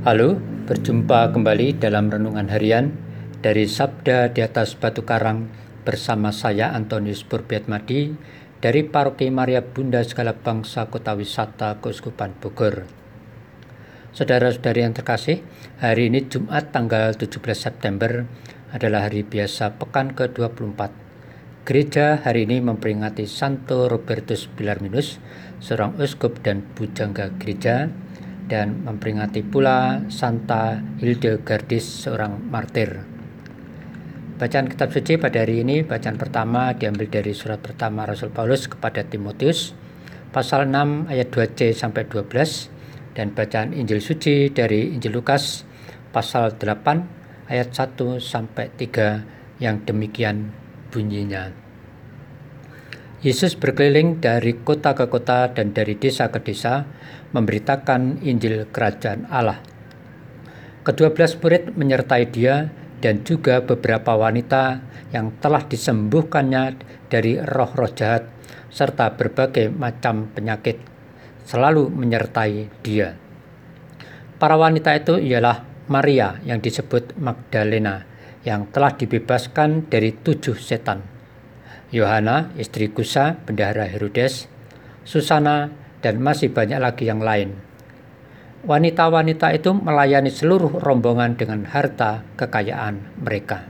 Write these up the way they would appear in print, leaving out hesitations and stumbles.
Halo, berjumpa kembali dalam Renungan Harian dari Sabda di atas Batu Karang bersama saya Antonius Burbiatmadi dari Paroki Maria Bunda Segala Bangsa Kota Wisata Keuskupan Bogor. Saudara-saudari yang terkasih, hari ini Jumat tanggal 17 September adalah hari biasa pekan ke-24. Gereja hari ini memperingati Santo Robertus Bilarminus, seorang uskup dan pujangga gereja, dan memperingati pula Santa Hildegardis, seorang martir. Bacaan kitab suci pada hari ini, bacaan pertama diambil dari surat pertama Rasul Paulus kepada Timotius, pasal 6 ayat 2c sampai 12, dan bacaan Injil suci dari Injil Lukas, pasal 8 ayat 1 sampai 3, yang demikian bunyinya. Yesus berkeliling dari kota ke kota dan dari desa ke desa memberitakan Injil Kerajaan Allah. Ke-12 murid menyertai dia dan juga beberapa wanita yang telah disembuhkannya dari roh-roh jahat serta berbagai macam penyakit selalu menyertai dia. Para wanita itu ialah Maria yang disebut Magdalena yang telah dibebaskan dari 7 setan, Yohana istri Kusa bendahara Herodes, Susana, dan masih banyak lagi yang lain. Wanita-wanita itu melayani seluruh rombongan dengan harta kekayaan mereka.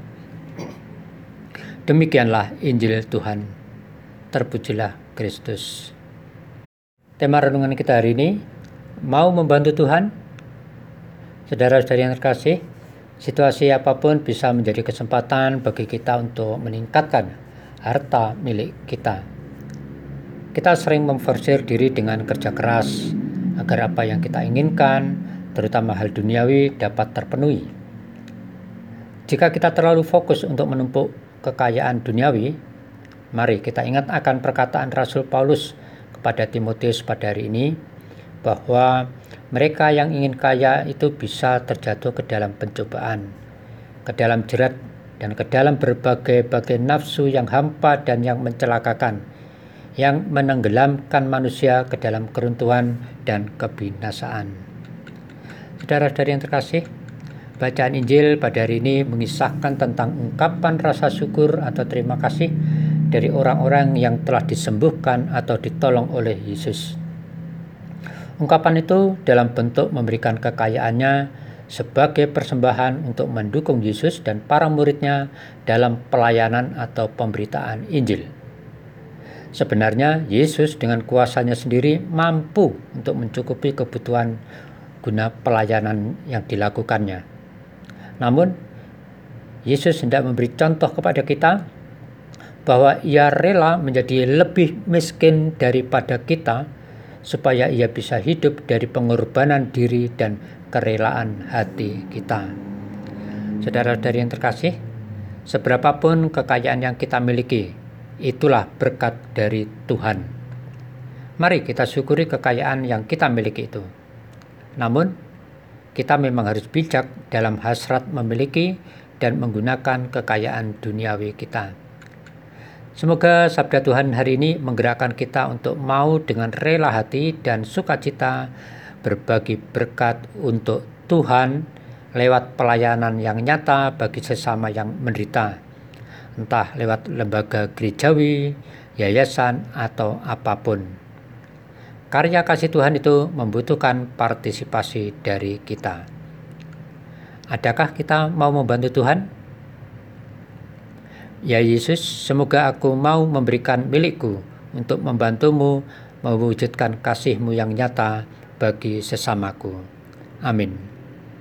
Demikianlah Injil Tuhan. Terpujilah Kristus. Tema renungan kita hari ini, mau membantu Tuhan? Saudara-saudari yang terkasih, situasi apapun bisa menjadi kesempatan bagi kita untuk meningkatkan harta milik kita. Kita sering memforsir diri dengan kerja keras agar apa yang kita inginkan, terutama hal duniawi, dapat terpenuhi. Jika kita terlalu fokus untuk menumpuk kekayaan duniawi, mari kita ingat akan perkataan Rasul Paulus kepada Timotius pada hari ini, bahwa mereka yang ingin kaya itu bisa terjatuh ke dalam pencobaan, ke dalam jerat, dan ke dalam berbagai-bagai nafsu yang hampa dan yang mencelakakan, yang menenggelamkan manusia ke dalam keruntuhan dan kebinasaan. Saudara-saudari yang terkasih, bacaan Injil pada hari ini mengisahkan tentang ungkapan rasa syukur atau terima kasih dari orang-orang yang telah disembuhkan atau ditolong oleh Yesus. Ungkapan itu dalam bentuk memberikan kekayaannya sebagai persembahan untuk mendukung Yesus dan para muridnya dalam pelayanan atau pemberitaan Injil. Sebenarnya Yesus dengan kuasanya sendiri mampu untuk mencukupi kebutuhan guna pelayanan yang dilakukannya. Namun, Yesus hendak memberi contoh kepada kita bahwa ia rela menjadi lebih miskin daripada kita supaya ia bisa hidup dari pengorbanan diri dan kerelaan hati kita. Saudara-saudari yang terkasih, seberapapun kekayaan yang kita miliki, itulah berkat dari Tuhan. Mari kita syukuri kekayaan yang kita miliki itu. Namun, kita memang harus bijak dalam hasrat memiliki dan menggunakan kekayaan duniawi kita. Semoga sabda Tuhan hari ini menggerakkan kita untuk mau dengan rela hati dan sukacita berbagi berkat untuk Tuhan lewat pelayanan yang nyata bagi sesama yang menderita, entah lewat lembaga gerejawi, yayasan, atau apapun. Karya kasih Tuhan itu membutuhkan partisipasi dari kita. Adakah kita mau membantu Tuhan? Ya Yesus, semoga aku mau memberikan milikku untuk membantumu mewujudkan kasih-Mu yang nyata bagi sesamaku. Amin.